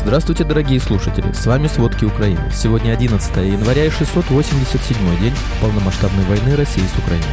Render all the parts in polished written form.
Здравствуйте, дорогие слушатели, с вами «Сводки Украины». Сегодня 11 января и 687-й день полномасштабной войны России с Украиной.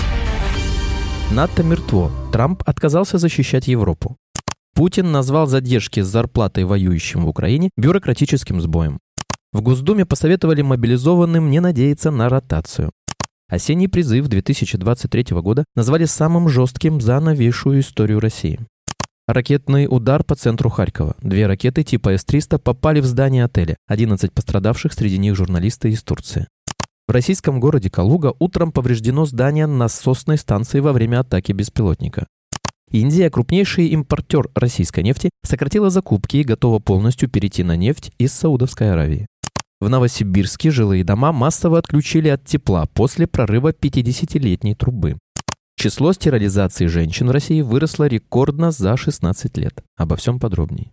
НАТО мертво. Трамп отказался защищать Европу. Путин назвал задержки с зарплатой воюющим в Украине бюрократическим сбоем. В Госдуме посоветовали мобилизованным не надеяться на ротацию. Осенний призыв 2023 года назвали самым жестким за новейшую историю России. Ракетный удар по центру Харькова. 2 ракеты типа С-300 попали в здание отеля. 11 пострадавших, среди них журналисты из Турции. В российском городе Калуга утром повреждено здание насосной станции во время атаки беспилотника. Индия, крупнейший импортер российской нефти, сократила закупки и готова полностью перейти на нефть из Саудовской Аравии. В Новосибирске жилые дома массово отключили от тепла после прорыва 50-летней трубы. Число стерилизаций женщин в России выросло рекордно за 16 лет. Обо всем подробнее.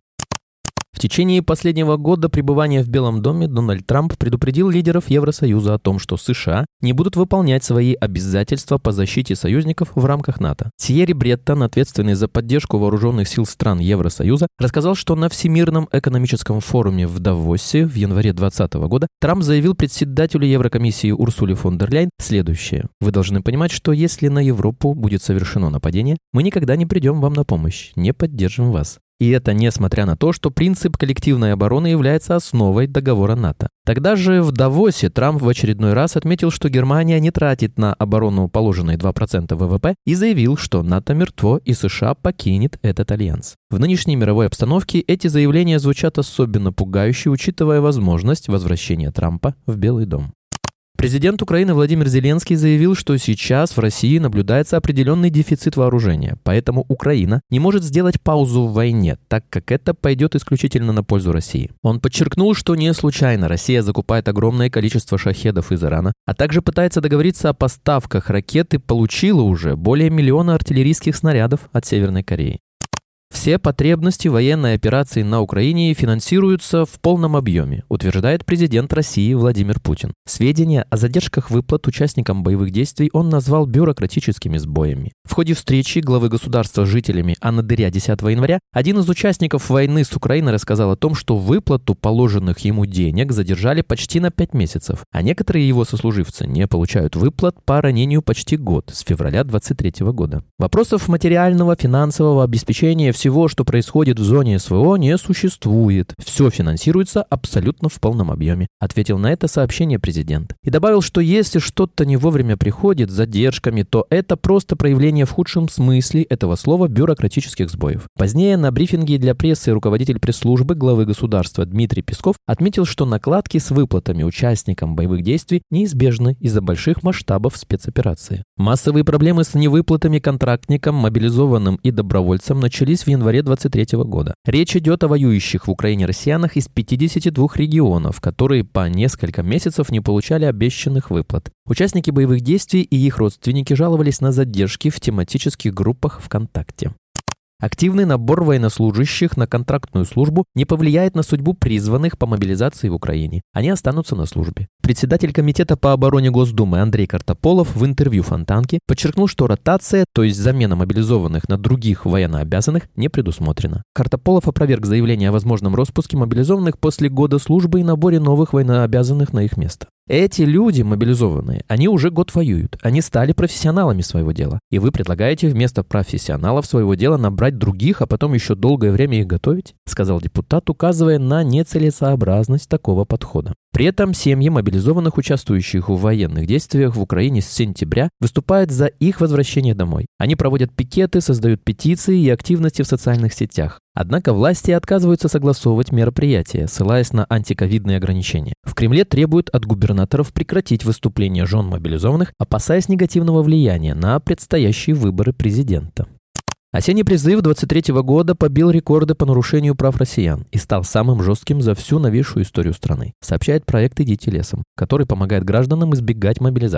В течение последнего года пребывания в Белом доме Дональд Трамп предупредил лидеров Евросоюза о том, что США не будут выполнять свои обязательства по защите союзников в рамках НАТО. Тьерри Бреттон, ответственный за поддержку вооруженных сил стран Евросоюза, рассказал, что на Всемирном экономическом форуме в Давосе в январе 2020 года Трамп заявил председателю Еврокомиссии Урсуле фон дер Ляйен следующее. «Вы должны понимать, что если на Европу будет совершено нападение, мы никогда не придем вам на помощь, не поддержим вас». И это несмотря на то, что принцип коллективной обороны является основой договора НАТО. Тогда же в Давосе Трамп в очередной раз отметил, что Германия не тратит на оборону положенные 2% ВВП и заявил, что НАТО мертво и США покинет этот альянс. В нынешней мировой обстановке эти заявления звучат особенно пугающе, учитывая возможность возвращения Трампа в Белый дом. Президент Украины Владимир Зеленский заявил, что сейчас в России наблюдается определенный дефицит вооружения, поэтому Украина не может сделать паузу в войне, так как это пойдет исключительно на пользу России. Он подчеркнул, что не случайно Россия закупает огромное количество шахедов из Ирана, а также пытается договориться о поставках ракет и получила уже более 1 миллиона артиллерийских снарядов от Северной Кореи. Все потребности военной операции на Украине финансируются в полном объеме, утверждает президент России Владимир Путин. Сведения о задержках выплат участникам боевых действий он назвал бюрократическими сбоями. В ходе встречи главы государства с жителями Анадыря 10 января один из участников войны с Украиной рассказал о том, что выплату положенных ему денег задержали почти на 5 месяцев, а некоторые его сослуживцы не получают выплат по ранению почти год, с февраля 2023 года. Вопросов материального, финансового обеспечения всего, что происходит в зоне СВО, не существует. Все финансируется абсолютно в полном объеме, ответил на это сообщение президент. И добавил, что если что-то не вовремя приходит с задержками, то это просто проявление в худшем смысле этого слова бюрократических сбоев. Позднее на брифинге для прессы руководитель пресс-службы главы государства Дмитрий Песков отметил, что накладки с выплатами участникам боевых действий неизбежны из-за больших масштабов спецоперации. Массовые проблемы с невыплатами контрактникам, мобилизованным и добровольцам начались в январе 2023 года. Речь идет о воюющих в Украине россиянах из 52 регионов, которые по несколько месяцев не получали обещанных выплат. Участники боевых действий и их родственники жаловались на задержки в тематических группах ВКонтакте. Активный набор военнослужащих на контрактную службу не повлияет на судьбу призванных по мобилизации в Украине. Они останутся на службе. Председатель комитета по обороне Госдумы Андрей Картополов в интервью Фонтанке подчеркнул, что ротация, то есть замена мобилизованных на других военнообязанных, не предусмотрена. Картополов опроверг заявление о возможном распуске мобилизованных после года службы и наборе новых военнообязанных на их место. Эти люди, мобилизованные, они уже год воюют, они стали профессионалами своего дела. И вы предлагаете вместо профессионалов своего дела набрать других, а потом еще долгое время их готовить, сказал депутат, указывая на нецелесообразность такого подхода. При этом семьи мобилизованных, участвующих в военных действиях в Украине с сентября, выступают за их возвращение домой. Они проводят пикеты, создают петиции и активности в социальных сетях. Однако власти отказываются согласовывать мероприятия, ссылаясь на антиковидные ограничения. В Кремле требуют от губернаторов прекратить выступления жен мобилизованных, опасаясь негативного влияния на предстоящие выборы президента. Осенний призыв 2023 года побил рекорды по нарушению прав россиян и стал самым жестким за всю новейшую историю страны, сообщает проект «Идите лесом», который помогает гражданам избегать мобилизации.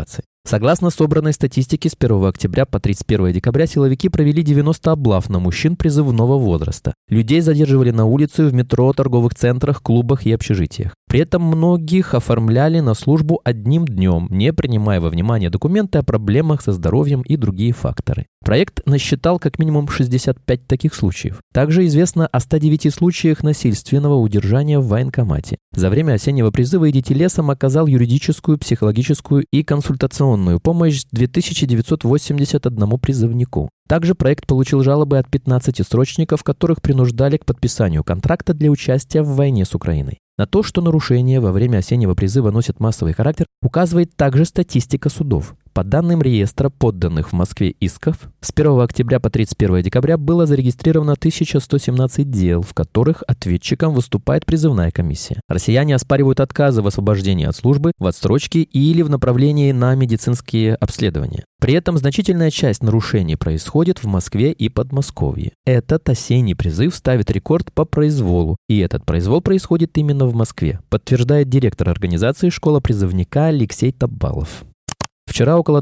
Согласно собранной статистике, с 1 октября по 31 декабря силовики провели 90 облав на мужчин призывного возраста. Людей задерживали на улице, в метро, торговых центрах, клубах и общежитиях. При этом многих оформляли на службу одним днем, не принимая во внимание документы о проблемах со здоровьем и другие факторы. Проект насчитал как минимум 65 таких случаев. Также известно о 109 случаях насильственного удержания в военкомате. За время осеннего призыва «Идите лесом» оказал юридическую, психологическую и консультационную помощь 2981 призывнику. Также проект получил жалобы от 15 срочников, которых принуждали к подписанию контракта для участия в войне с Украиной. На то, что нарушения во время осеннего призыва носят массовый характер, указывает также статистика судов. По данным реестра подданных в Москве исков, с 1 октября по 31 декабря было зарегистрировано 1117 дел, в которых ответчиком выступает призывная комиссия. Россияне оспаривают отказы в освобождении от службы, в отсрочке или в направлении на медицинские обследования. При этом значительная часть нарушений происходит в Москве и Подмосковье. Этот осенний призыв ставит рекорд по произволу, и этот произвол происходит именно в Москве, подтверждает директор организации «Школа призывника» Алексей Табалов. Вчера около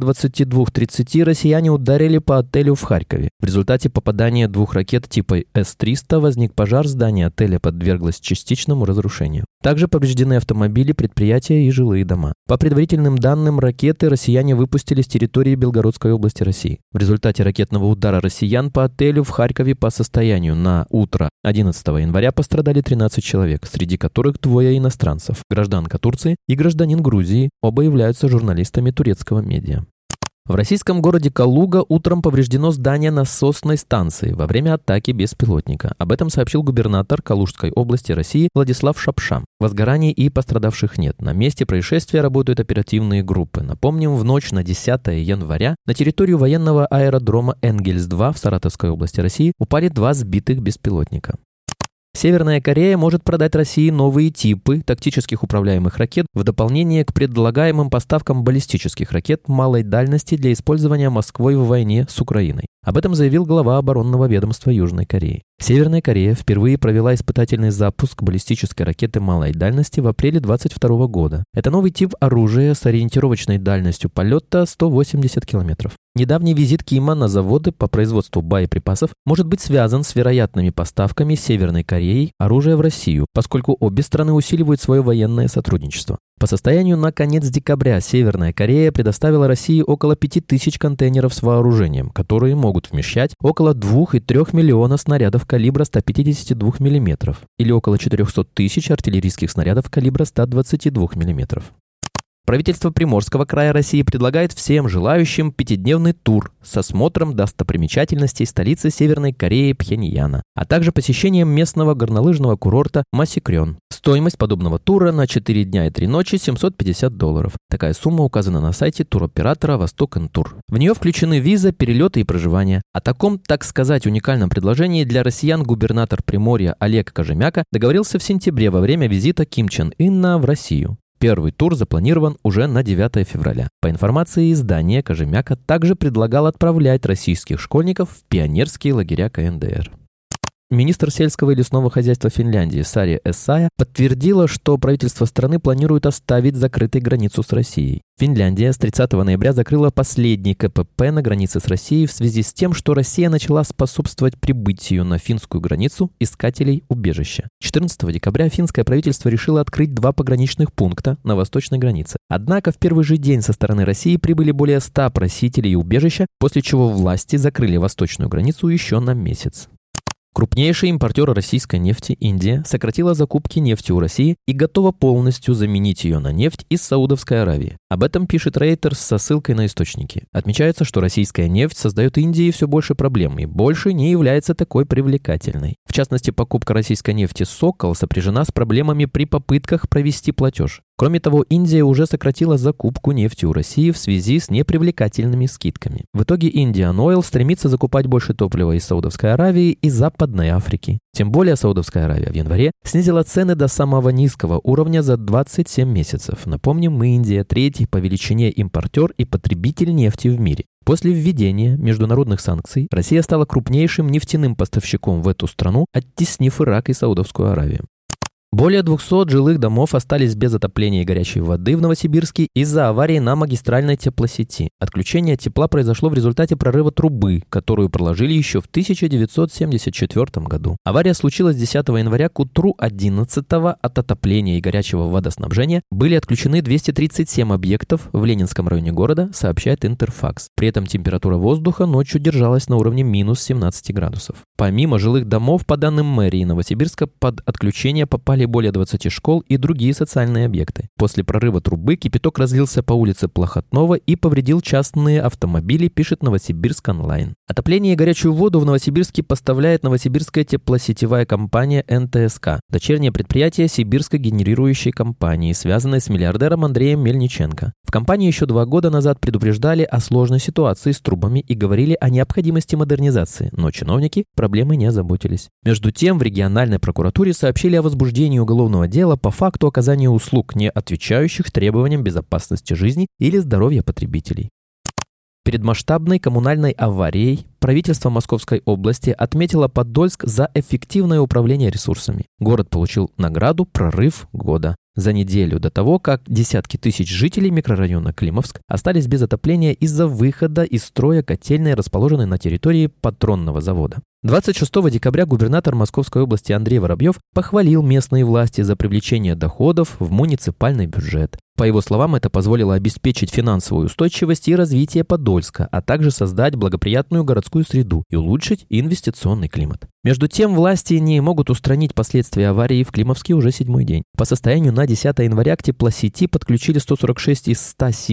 22:30 россияне ударили по отелю в Харькове. В результате попадания 2 ракет типа С-300 возник пожар, здание отеля подверглось частичному разрушению. Также повреждены автомобили, предприятия и жилые дома. По предварительным данным, ракеты россияне выпустили с территории Белгородской области России. В результате ракетного удара россиян по отелю в Харькове по состоянию на утро 11 января пострадали 13 человек, среди которых 2 иностранцев, гражданка Турции и гражданин Грузии, оба являются журналистами турецкого медиа. В российском городе Калуга утром повреждено здание насосной станции во время атаки беспилотника. Об этом сообщил губернатор Калужской области России Владислав Шапша. Возгораний и пострадавших нет. На месте происшествия работают оперативные группы. Напомним, в ночь на 10 января на территорию военного аэродрома Энгельс-2 в Саратовской области России упали 2 сбитых беспилотника. Северная Корея может продать России новые типы тактических управляемых ракет в дополнение к предлагаемым поставкам баллистических ракет малой дальности для использования Москвой в войне с Украиной. Об этом заявил глава оборонного ведомства Южной Кореи. Северная Корея впервые провела испытательный запуск баллистической ракеты малой дальности в апреле 2022 года. Это новый тип оружия с ориентировочной дальностью полета 180 километров. Недавний визит Кима на заводы по производству боеприпасов может быть связан с вероятными поставками Северной Кореей оружия в Россию, поскольку обе страны усиливают свое военное сотрудничество. По состоянию на конец декабря Северная Корея предоставила России около 5000 контейнеров с вооружением, которые могут вмещать около 2,3 миллиона снарядов калибра 152 мм или около 400 тысяч артиллерийских снарядов калибра 122 мм. Правительство Приморского края России предлагает всем желающим 5-дневный тур с осмотром достопримечательностей столицы Северной Кореи Пхеньяна, а также посещением местного горнолыжного курорта Масикрён. Стоимость подобного тура на 4 дня и 3 ночи $750. Такая сумма указана на сайте туроператора «Восток-Интур». В нее включены виза, перелеты и проживание. О таком, так сказать, уникальном предложении для россиян губернатор Приморья Олег Кожемяка договорился в сентябре во время визита Ким Чен Ына в Россию. Первый тур запланирован уже на 9 февраля. По информации издания, Кожемяка также предлагал отправлять российских школьников в пионерские лагеря КНДР. Министр сельского и лесного хозяйства Финляндии Саря Эссая подтвердила, что правительство страны планирует оставить закрытой границу с Россией. Финляндия с 30 ноября закрыла последний КПП на границе с Россией в связи с тем, что Россия начала способствовать прибытию на финскую границу искателей убежища. 14 декабря финское правительство решило открыть 2 пограничных пункта на восточной границе. Однако в первый же день со стороны России прибыли более 100 просителей убежища, после чего власти закрыли восточную границу еще на месяц. Крупнейший импортер российской нефти, Индия, сократила закупки нефти у России и готова полностью заменить ее на нефть из Саудовской Аравии. Об этом пишет Reuters со ссылкой на источники. Отмечается, что российская нефть создает Индии все больше проблем и больше не является такой привлекательной. В частности, покупка российской нефти «Сокол» сопряжена с проблемами при попытках провести платеж. Кроме того, Индия уже сократила закупку нефти у России в связи с непривлекательными скидками. В итоге Indian Oil стремится закупать больше топлива из Саудовской Аравии и Западной Африки. Тем более Саудовская Аравия в январе снизила цены до самого низкого уровня за 27 месяцев. Напомним, Индия – 3-й по величине импортер и потребитель нефти в мире. После введения международных санкций Россия стала крупнейшим нефтяным поставщиком в эту страну, оттеснив Ирак и Саудовскую Аравию. Более 200 жилых домов остались без отопления и горячей воды в Новосибирске из-за аварии на магистральной теплосети. Отключение тепла произошло в результате прорыва трубы, которую проложили еще в 1974 году. Авария случилась 10 января к утру 11-го. От отопления и горячего водоснабжения были отключены 237 объектов в Ленинском районе города, сообщает Интерфакс. При этом температура воздуха ночью держалась на уровне минус 17 градусов. Помимо жилых домов, по данным мэрии Новосибирска, под отключение попали более 20 школ и другие социальные объекты. После прорыва трубы кипяток разлился по улице Плохотнова и повредил частные автомобили, пишет Новосибирск онлайн. Отопление и горячую воду в Новосибирске поставляет Новосибирская теплосетевая компания НТСК, дочернее предприятие Сибирской генерирующей компании, связанное с миллиардером Андреем Мельниченко. В компании еще 2 года назад предупреждали о сложной ситуации с трубами и говорили о необходимости модернизации, но чиновники проблемы не озаботились. Между тем, в региональной прокуратуре сообщили о возбуждении уголовного дела по факту оказания услуг, не отвечающих требованиям безопасности жизни или здоровья потребителей. Перед масштабной коммунальной аварией правительство Московской области отметило Подольск за эффективное управление ресурсами. Город получил награду «Прорыв года» за неделю до того, как десятки тысяч жителей микрорайона Климовск остались без отопления из-за выхода из строя котельной, расположенной на территории патронного завода. 26 декабря губернатор Московской области Андрей Воробьев похвалил местные власти за привлечение доходов в муниципальный бюджет. По его словам, это позволило обеспечить финансовую устойчивость и развитие Подольска, а также создать благоприятную городскую среду и улучшить инвестиционный климат. Между тем, власти не могут устранить последствия аварии в Климовске уже 7-й день. По состоянию на 10 января к теплосети подключили 146 из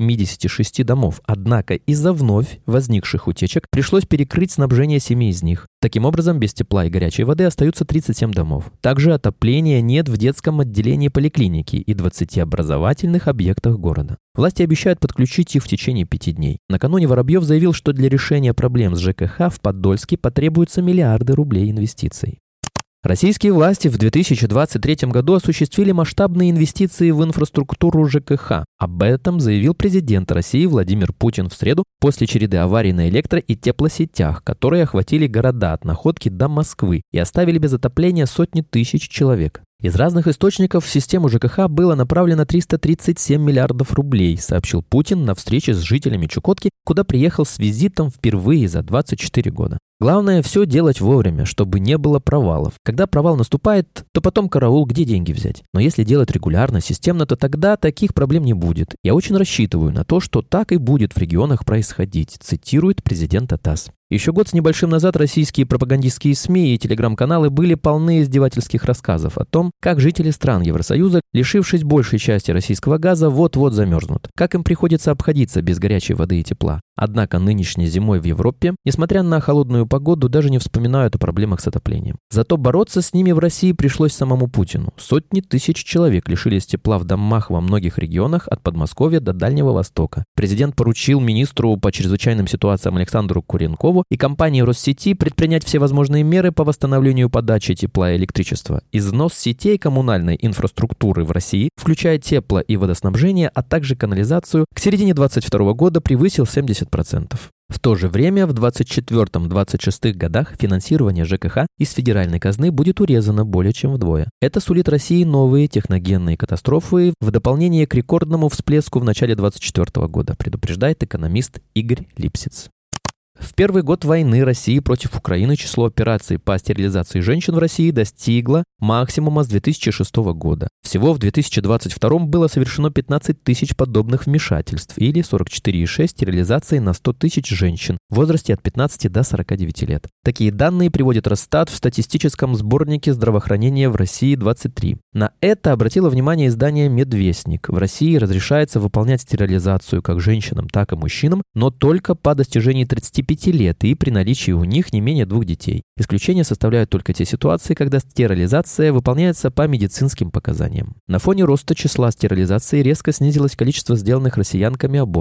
176 домов, однако из-за вновь возникших утечек пришлось перекрыть снабжение 7 из них. Таким образом, без тепла и горячей воды остаются 37 домов. Также отопления нет в детском отделении поликлиники и 20 образовательных объектах города. Власти обещают подключить их в течение 5 дней. Накануне Воробьев заявил, что для решения проблем с ЖКХ в Подольске потребуются миллиарды рублей инвестиций. Российские власти в 2023 году осуществили масштабные инвестиции в инфраструктуру ЖКХ. Об этом заявил президент России Владимир Путин в среду после череды аварий на электро- и теплосетях, которые охватили города от Находки до Москвы и оставили без отопления сотни тысяч человек. Из разных источников в систему ЖКХ было направлено 337 миллиардов рублей, сообщил Путин на встрече с жителями Чукотки, куда приехал с визитом впервые за 24 года. Главное все делать вовремя, чтобы не было провалов. Когда провал наступает, то потом караул, где деньги взять. Но если делать регулярно, системно, то тогда таких проблем не будет. Я очень рассчитываю на то, что так и будет в регионах происходить, цитирует президента ТАСС. Еще год с небольшим назад российские пропагандистские СМИ и телеграм-каналы были полны издевательских рассказов о том, как жители стран Евросоюза, лишившись большей части российского газа, вот-вот замерзнут, как им приходится обходиться без горячей воды и тепла. Однако нынешней зимой в Европе, несмотря на холодную погоду, даже не вспоминают о проблемах с отоплением. Зато бороться с ними в России пришлось самому Путину. Сотни тысяч человек лишились тепла в домах во многих регионах от Подмосковья до Дальнего Востока. Президент поручил министру по чрезвычайным ситуациям Александру Куренкову и компании Россети предпринять все возможные меры по восстановлению подачи тепла и электричества. Износ сетей коммунальной инфраструктуры в России, включая тепло- и водоснабжение, а также канализацию, к середине 2022 года превысил 70%. В то же время в 2024-2026 годах финансирование ЖКХ из федеральной казны будет урезано более чем вдвое. Это сулит России новые техногенные катастрофы в дополнение к рекордному всплеску в начале 2024 года, предупреждает экономист Игорь Липсиц. В первый год войны России против Украины число операций по стерилизации женщин в России достигло максимума с 2006 года. Всего в 2022 было совершено 15 тысяч подобных вмешательств или 44,6 стерилизаций на 100 тысяч женщин в возрасте от 15 до 49 лет. Такие данные приводит Росстат в статистическом сборнике здравоохранения в России 23. На это обратило внимание издание «Медвестник». В России разрешается выполнять стерилизацию как женщинам, так и мужчинам, но только по достижении 35 лет и при наличии у них не менее 2 детей. Исключение составляют только те ситуации, когда стерилизация выполняется по медицинским показаниям. На фоне роста числа стерилизаций резко снизилось количество сделанных россиянками абортов.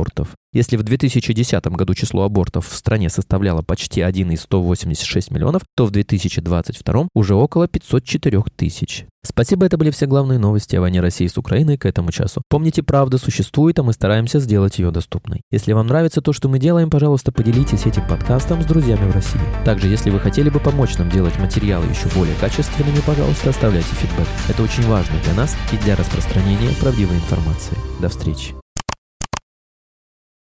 Если в 2010 году число абортов в стране составляло почти 1,186 миллионов, то в 2022 уже около 504 тысяч. Спасибо, это были все главные новости о войне России с Украиной к этому часу. Помните, правда существует, а мы стараемся сделать ее доступной. Если вам нравится то, что мы делаем, пожалуйста, поделитесь этим подкастом с друзьями в России. Также, если вы хотели бы помочь нам делать материалы еще более качественными, пожалуйста, оставляйте фидбэк. Это очень важно для нас и для распространения правдивой информации. До встречи.